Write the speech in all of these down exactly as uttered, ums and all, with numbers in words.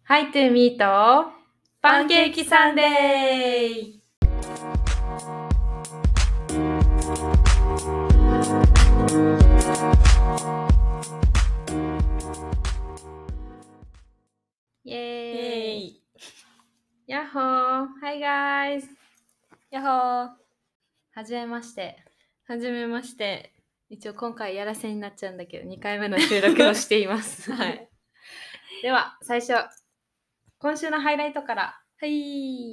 Hi to me とパンケーキサンデー。イエーイ。 イエーイ。 やっほー。Hi guys。 やっほー。 はじめまして。 はじめまして。 一応今回やらせになっちゃうんだけど、にかいめの収録をしています。 はい。 では、最初、今週のハイライトから。 はい。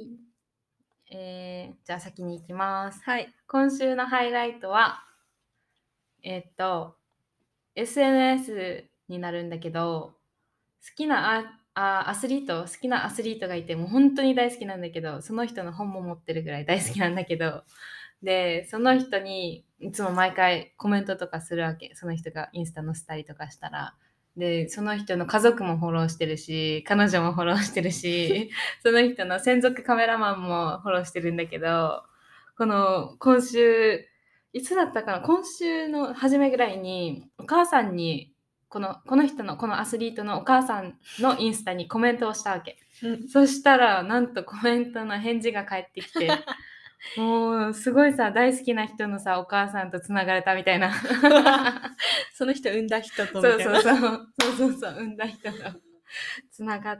えー、じゃあ先に行きます。 はい。 今週のハイライトは、えーっと、エスエヌエス になるんだけど、好きなああアスリート、好きなアスリートがいて、もう本当に大好きなんだけど、その人の本も持ってるぐらい大好きなんだけど、で、その人にいつも毎回コメントとかするわけ。その人がインスタ載せたりとかしたら。で、その人の家族もフォローしてるし、彼女もフォローしてるし、その人の専属カメラマンもフォローしてるんだけど、この今週、いつだったかな、今週の初めぐらいにお母さんにこのこの人のこのアスリートのお母さんのインスタにコメントをしたわけ、 うん、 そしたらなんとコメントの返事が返ってきてもうすごいさ、大好きな人のさお母さんとつながれたみたいなその人産んだ人とみたいな。 そうそうそうそうそうそう産んだ人とつながって、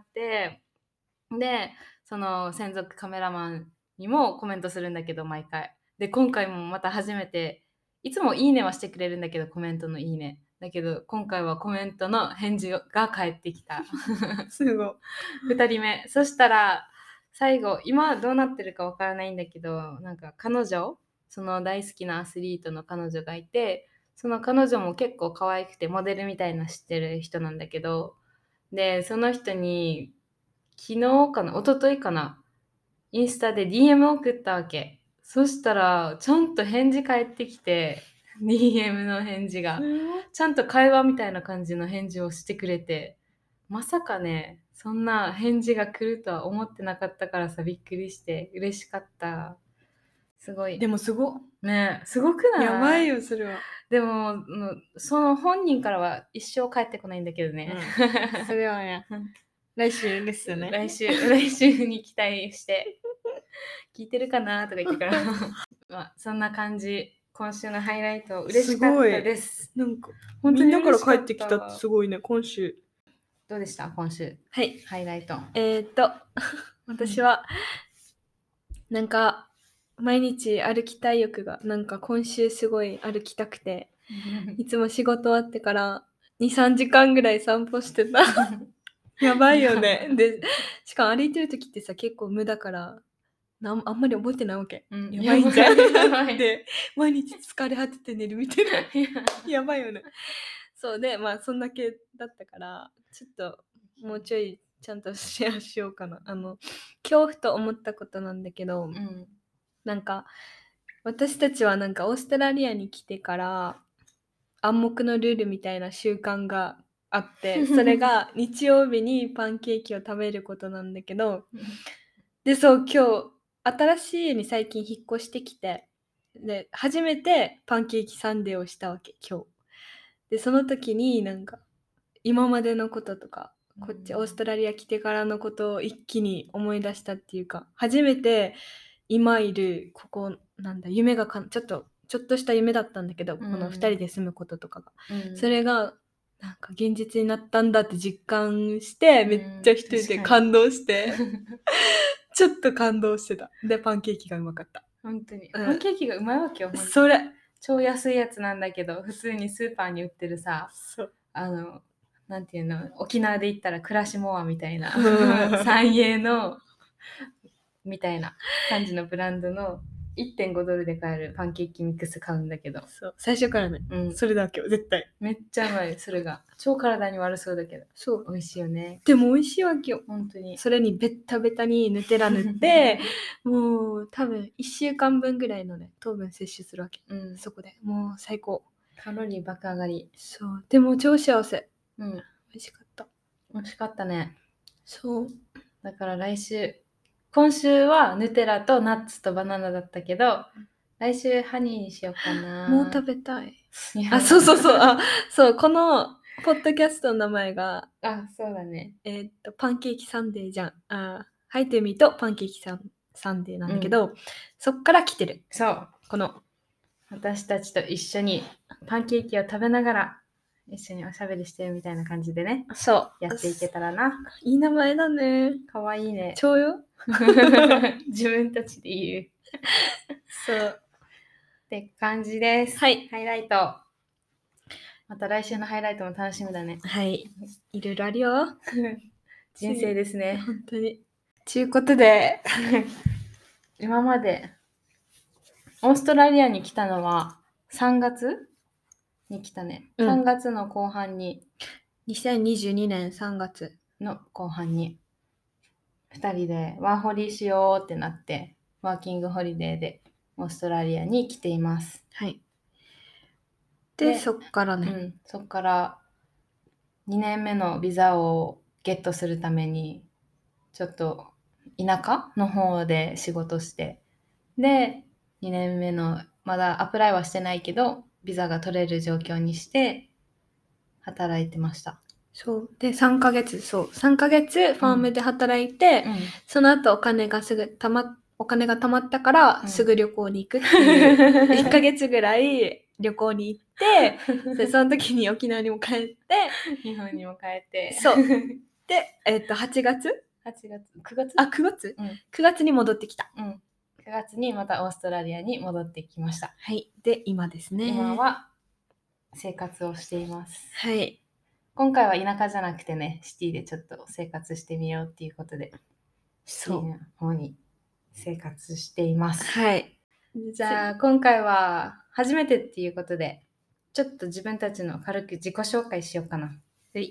でその専属カメラマンにもコメントするんだけど毎回で、今回もまた初めて、いつもいいねはしてくれるんだけど、コメントのいいねだけど今回はコメントの返事が返ってきたすごい。 ふたりめ。そしたら最後、今どうなってるかわからないんだけど、なんか彼女、その大好きなアスリートの彼女がいて、その彼女も結構可愛くてモデルみたいな知ってる人なんだけど、でその人に昨日かな一昨日かなインスタで ディーエム 送ったわけ。そしたらちゃんと返事返ってきて、 ディーエム の返事がちゃんと会話みたいな感じの返事をしてくれて、まさかね、そんな返事が来るとは思ってなかったからさ、びっくりして嬉しかった。すごい。 でもすごっ。 ねえ、すごくない？ やばいよ、それは。 でも、その本人からは一生帰ってこないんだけどね。 うん、それはね、来週ですよね。 来週、来週に期待して。聞いてるかなとか言ってから。まあ、そんな感じ。今週のハイライト、嬉しかったです。 なんか、 本当にみんなから嬉しかった。 帰ってきたってすごいね、今週。 どうでした今週。 はい。 ハイライト。 えーっと、私は、なんか、毎日歩きたい欲が、なんか今週すごい歩きたくて、いつも仕事終わってからに、さんじかんぐらい散歩してた。やばいよね。で、しかも歩いてる時ってさ、結構無だからなんあんまり覚えてないわけ。 うん、 やばいんじゃん。 やばい。 で、毎日疲れ果てて寝るみたいな。やばいよね。そうで、まあそんだけだったから、ちょっともうちょいちゃんとシェアしようかな。あの、恐怖と思ったことなんだけど、 うん、 なんか私たちはなんかオーストラリアに来てから暗黙のルールみたいな習慣があって、それが日曜日にパンケーキを食べることなんだけど、で、そう今日新しい家に最近引っ越してきて、で初めてパンケーキサンデーをしたわけ今日。でその時になんか今までのこととか、こっちオーストラリア来てからのことを一気に思い出したっていうか、初めて今いるここなんだ夢がかちょっとちょっとした夢だったんだけど、 うん、 このふたりで住むこととかが、 うん、 それがなんか現実になったんだって実感して、めっちゃ一人で感動して、ちょっと感動してた。でパンケーキがうまかった。 本当に、 うん、 パンケーキがうまいわけよ。 それ超安いやつなんだけど、普通にスーパーに売ってるさ、 そうあのなんていうの、沖縄で言ったらクラシモアみたいな三栄のみたいな感じのブランドの いってんごドルで買えるパンケーキミックス買うんだけど、 そう最初からね、うん、それだけは絶対めっちゃうまい。それが超体に悪そうだけど、そう美味しいよね。 でも美味しいわけよ本当に。 それにベッタベタにヌテラ塗ってもう多分いっしゅうかんぶんぐらいのね糖分摂取するわけ、 うん、 そこでもう最高。 カロリー爆上がり。 そうでも超幸せ。 うん、 美味しかった。 美味しかったね。 そうだから来週、今週はヌテラとナッツとバナナだったけど、来週ハニーにしようかな。 もう食べたい。あ、そうそうそう。あ、そうこのポッドキャストの名前が、 あ、そうだね。 えーっと、パンケーキサンデーじゃん。あハイトゥーミーとパンケーキサンサンデーなんだけど、そっから来てる。 そう。 この、 私たちと一緒にパンケーキを食べながら一緒におしゃべりしてるみたいな感じでね、 そう。 やっていけたらな。 いい名前だね。 かわいいね。 超よ。 自分たちで言う。 そう。 って感じです。 はい。 ハイライト。また来週のハイライトも楽しみだね。 はい。いろいろあるよ。 人生ですね。 本当に。ということで、 今までオーストラリアに来たのはさんがつに来たね。 うんさんがつの後半に、 にせんにじゅうにねんさんがつ。 の後半にふたりでワーホリしようってなって、ワーキングホリデーでオーストラリアに来ています。 はい。で、 でそっからね。 うん、そっからにねんめのビザをゲットするためにちょっと田舎の方で仕事してでにねんめのまだアプライはしてないけどビザが取れる状況にして働いてました。 そう。で、さんかげつ、そう。さんかげつファームで働いて、 うん、 その後お金がすぐたま、お金が貯まったから、 うんすぐ旅行に行くっていう、いっかげつぐらい旅行に行って、で、その時に沖縄にも帰って、 日本にも帰ってそう。で、えっと、はちがつはちがつくがつあ、くがつうん、 ?く 月に戻ってきた。 うん、くがつにまたオーストラリアに戻ってきました。 はい。で、今ですね。 今は生活をしています。 はい。 今回は田舎じゃなくてね、シティでちょっと生活してみようっていうことで、シティの方に生活しています。 はい。 じゃあ今回は初めてっていうことで、ちょっと自分たちの軽く自己紹介しようかな。はい、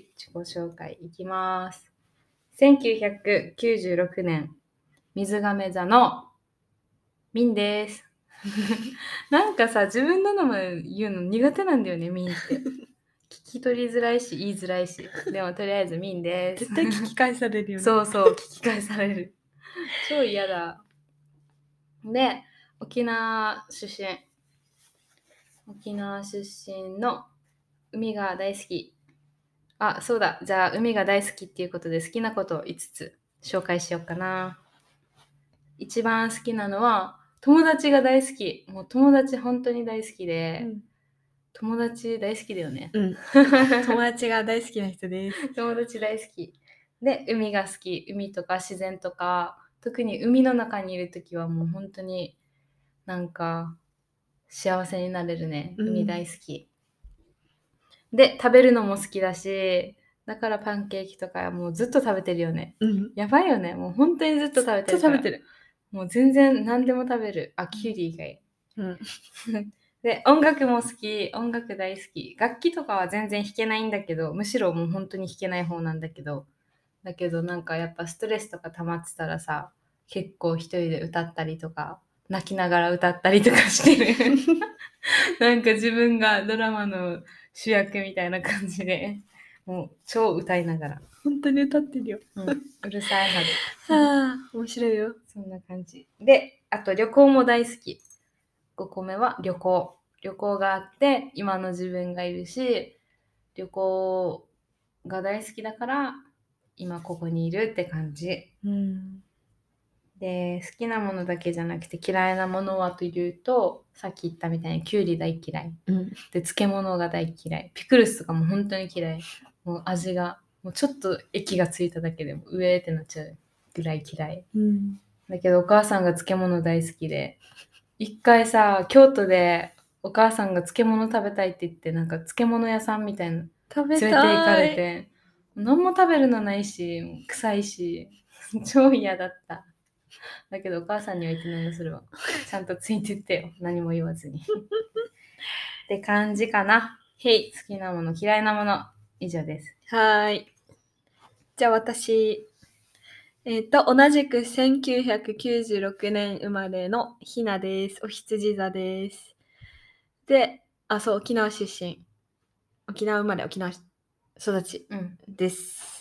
自己紹介いきます。せんきゅうひゃくきゅうじゅうろくねん、水亀座のミンです。なんかさ、自分の名前言うの苦手なんだよね、ミンって。聞き取りづらいし、言いづらいし。でもとりあえずミンです。 絶対聞き返されるよね。 そうそう、聞き返される。超嫌だ。で、沖縄出身。沖縄出身の海が大好き。あ、そうだ。じゃあ、海が大好きっていうことで好きなことをいつつ紹介しようかな。一番好きなのは、友達が大好き。もう友達本当に大好きで、 うん。 友達大好きだよね。 うん。友達が大好きな人です。 友達大好き。で、海が好き。海とか自然とか、特に海の中にいるときはもう本当になんか幸せになれるね。 うん海大好き。で、食べるのも好きだし、だからパンケーキとかもうずっと食べてるよね。 うん。 やばいよね。もう本当にずっと食べてずっるから。 と食べてる。 もう全然何でも食べる。あ、キュウリ以外。 うん。 で、音楽も好き。音楽大好き。楽器とかは全然弾けないんだけど、むしろもう本当に弾けない方なんだけど、だけどなんかやっぱストレスとか溜まってたらさ、結構一人で歌ったりとか、泣きながら歌ったりとかしてる。なんか自分がドラマの主役みたいな感じで、もう超歌いながら。 本当に歌ってるよ。 うん、うるさいはず。 はあ、面白いよ。 そんな感じ。で、あと旅行も大好き。ごこめは旅行。旅行があって、今の自分がいるし、旅行が大好きだから、今ここにいるって感じ。 うん。 で、好きなものだけじゃなくて嫌いなものはというと、さっき言ったみたいにキュウリ大嫌い。 うん。 で、漬物が大嫌い。ピクルスとかも本当に嫌い。もう味が、もうちょっと液がついただけでも上ってなっちゃうぐらい嫌い。 うん。 だけどお母さんが漬物大好きで、一回さ、京都でお母さんが漬物食べたいって言って、なんか漬物屋さんみたいな食べ連れて行かたい。 れて、何も食べるのないし、臭いし、超嫌だった。だけどお母さんには言ってなんだそれは。ちゃんとついてってよ。何も言わずに。って感じかな。 へい。 好きなもの、嫌いなもの。以上です。 はーい。じゃあ私、えっ、と、同じくせんきゅうひゃくきゅうじゅうろくねん生まれのひなです。お羊座です。で、あ、そう、沖縄出身。沖縄生まれ、沖縄育ちうん。 です。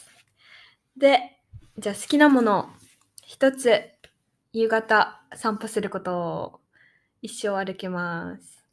で、じゃあ好きなもの、一つ、夕方散歩することを一生歩けます。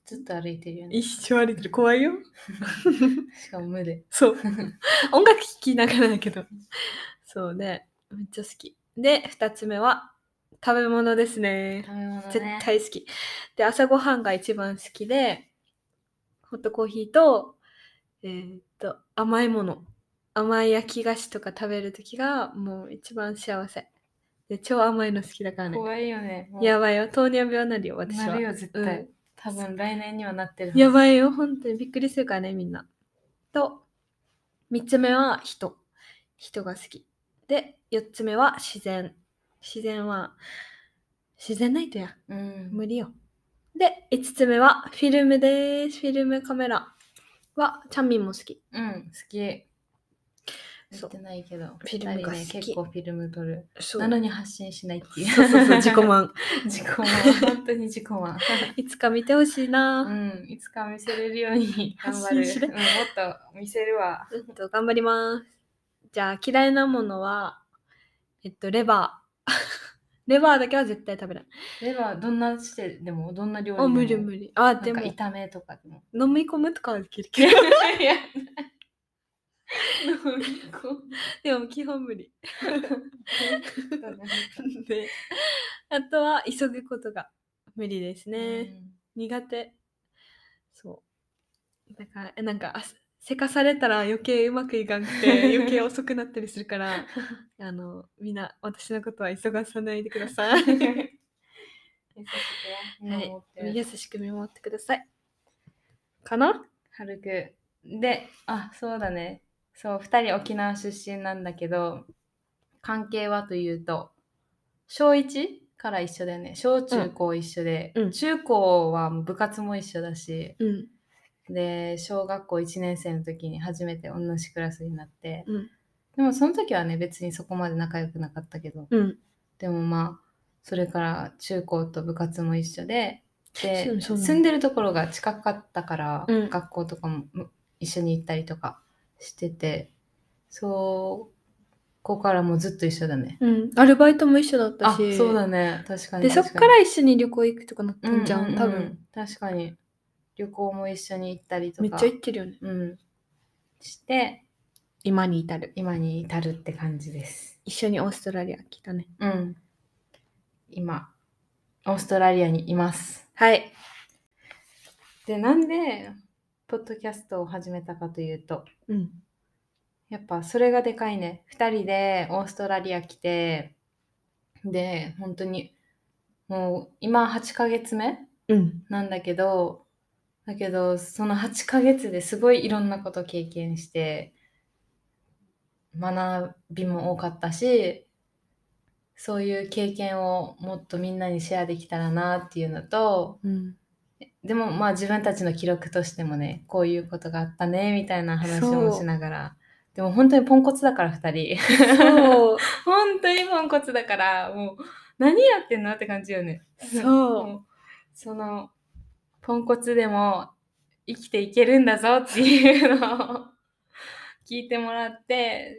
ずっと歩いてるよね。 一生歩いてる。怖いよ。 しかも無で。 そう。音楽聴きながらだけど。そうね。めっちゃ好き。で、二つ目は食べ物ですね。 食べ物ね。 絶対好き。で、朝ごはんが一番好きで、ホットコーヒーと、えー、っと、甘いもの。甘い焼き菓子とか食べるときがもう一番幸せ。で、超甘いの好きだからね。 怖いよね。もうやばいよ。糖尿病になるよ、私は。 なるよ、絶対。 うん多分来年にはなってるはず。 やばいよ、本当にびっくりするからね、みんな。と、三つ目は人。人が好き。で、四つ目は自然。自然は、自然ないとや。 うん。 無理よ。で、五つ目はフィルムです。フィルムカメラは、チャンミンも好き。 うん、好き。 そう見てないけど、 フィルムが好き二人ね、結構フィルム撮る。 そうなのに発信しないっていう。 そうそうそう、自己満。 自己満。本当に自己満。 いつか見てほしいな。 うん、いつか見せれるように頑張る。 発信しれうん、もっと見せるわ。 うんと、頑張ります。じゃあ、嫌いなものは、えっと、レバー。レバーだけは絶対食べない。 レバー、どんなしてでも、どんな料理であ、 も。 無理無理。あ、 なんかでも、 炒めとかでも。 飲み込むとかはできるけど。 いや飲み込む。 でも、基本無理。 そうだねで、あとは、急ぐことが無理ですね。 うん苦手。そう。だから、えなんか、あせかされたら余計うまくいかんくて、余計遅くなったりするから、あの、みんな、私のことは急がさないでください。 優しくねはい見守ってる。 優しく見守ってください。かな？ はるく。で、あ、そうだね。そう、二人沖縄出身なんだけど、関係はというと、小いちから一緒だよね。小中高一緒で、 うん中高は部活も一緒だし、 うん。 で、小学校いちねん生の時に初めて同じクラスになって、 うん。 でもその時はね、別にそこまで仲良くなかったけど、 うん。 でもまあ、それから中高と部活も一緒で、で、 そうそう住んでるところが近かったから、 うん学校とかも一緒に行ったりとかしてて、そう、ここからもうずっと一緒だね。 うん。アルバイトも一緒だったあ、 し。 そうだね。確かにで、そっ確かに。 から一緒に旅行行くとかなったんじゃん、 うんうんうん多分。 確かに。旅行も一緒に行ったりとか。 めっちゃ行ってるよね。 うん。して、 今に至る。 今に至るって感じです。 一緒にオーストラリア来たね。 うん。今、オーストラリアにいます。 はい。 で、なんで、ポッドキャストを始めたかというと、 うん。 やっぱそれがでかいね。二人でオーストラリア来て、で、本当に、もう今はちかげつめうん。 なんだけど、だけど、そのはちかげつですごいいろんなこと経験して、学びも多かったし、そういう経験をもっとみんなにシェアできたらなっていうのと、 うん。 でもまあ自分たちの記録としてもね、こういうことがあったねみたいな話もしながら、でも本当にポンコツだからふたり。 そう。 本当にポンコツだから、もう何やってんのって感じよね。 そうもうそのポンコツでも生きていけるんだぞっていうのを聞いてもらって、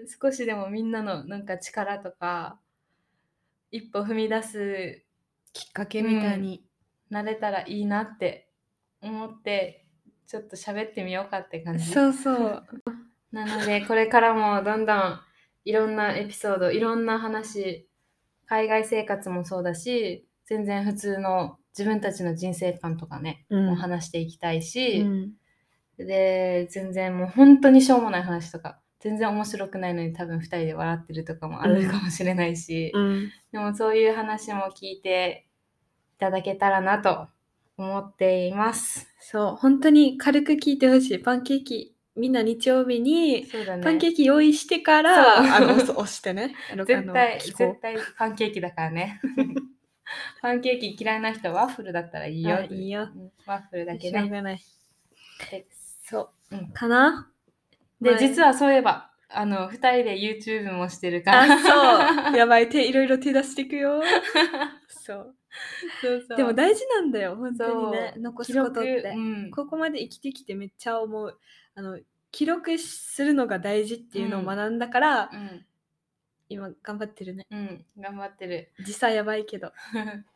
少しでもみんなのなんか力とか一歩踏み出すきっかけみたいに。 なれたらいいなって思ってちょっと喋ってみようかって感じ。 そうそう。 なのでこれからもどんどんいろんなエピソード、いろんな話、海外生活もそうだし、全然普通の自分たちの人生観とかね、 うんもう話していきたいし、 うん。 で、全然もう本当にしょうもない話とか、全然面白くないのに多分ふたりで笑ってるとかもあるかもしれないし、 うん。 でもそういう話も聞いていただけたらなと思っています。 そう。本当に軽く聞いてほしい。パンケーキ、みんな日曜日にそうだね。 パンケーキ用意してから、 そうあの、押す押してね。あの絶対、 あの聞こ絶対パンケーキだからね。パンケーキ嫌いな人はワッフルだったらいいよ。 あいいようんワッフルだう。 けね。 しょうがない。 でそう。 うんかなで、 前実はそういえば、あの、二人で YouTube もしてるから。 あ、そう。やばい。手、いろいろ手出していくよ。そう。 そうそう。 でも大事なんだよ。本当にね。 そう残すことって記録。うんここまで生きてきてめっちゃ思う。あの、記録するのが大事っていうのを学んだから、 うん。 今頑張ってるね。 うん。頑張ってる。 時差やばいけど。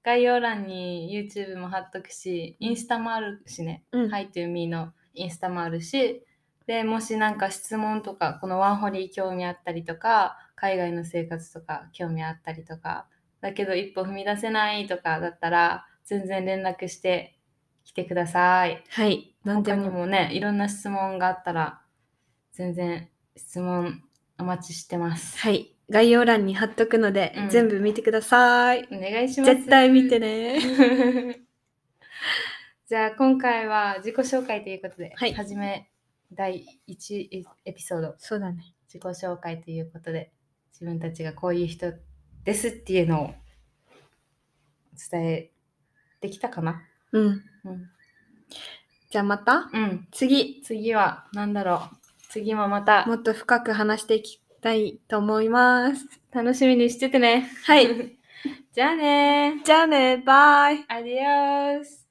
概要欄に YouTube も貼っとくし、 うんインスタもあるしね。 うん Hi to me のインスタもあるし、で、もしなんか質問とか、このワンホリー興味あったりとか、海外の生活とか興味あったりとか、だけど一歩踏み出せないとかだったら、全然連絡してきてください。 はい。なんで他にも。 もね、いろんな質問があったら、全然質問お待ちしてます。 はい。概要欄に貼っとくので、 うん全部見てください。 お願いします。 絶対見てね。 じゃあ今回は自己紹介ということで、 はいはじめだいいちエピソード、 そうだね。 自己紹介ということで、自分たちがこういう人ですっていうのをお伝えできたかな。 うん。 うん。 じゃあまた、 うん。 次、 次は何だろう。次もまたもっと深く話していきたいと思います。 楽しみにしててね。 はい。 じゃあねじゃあね、バイ。 アディオス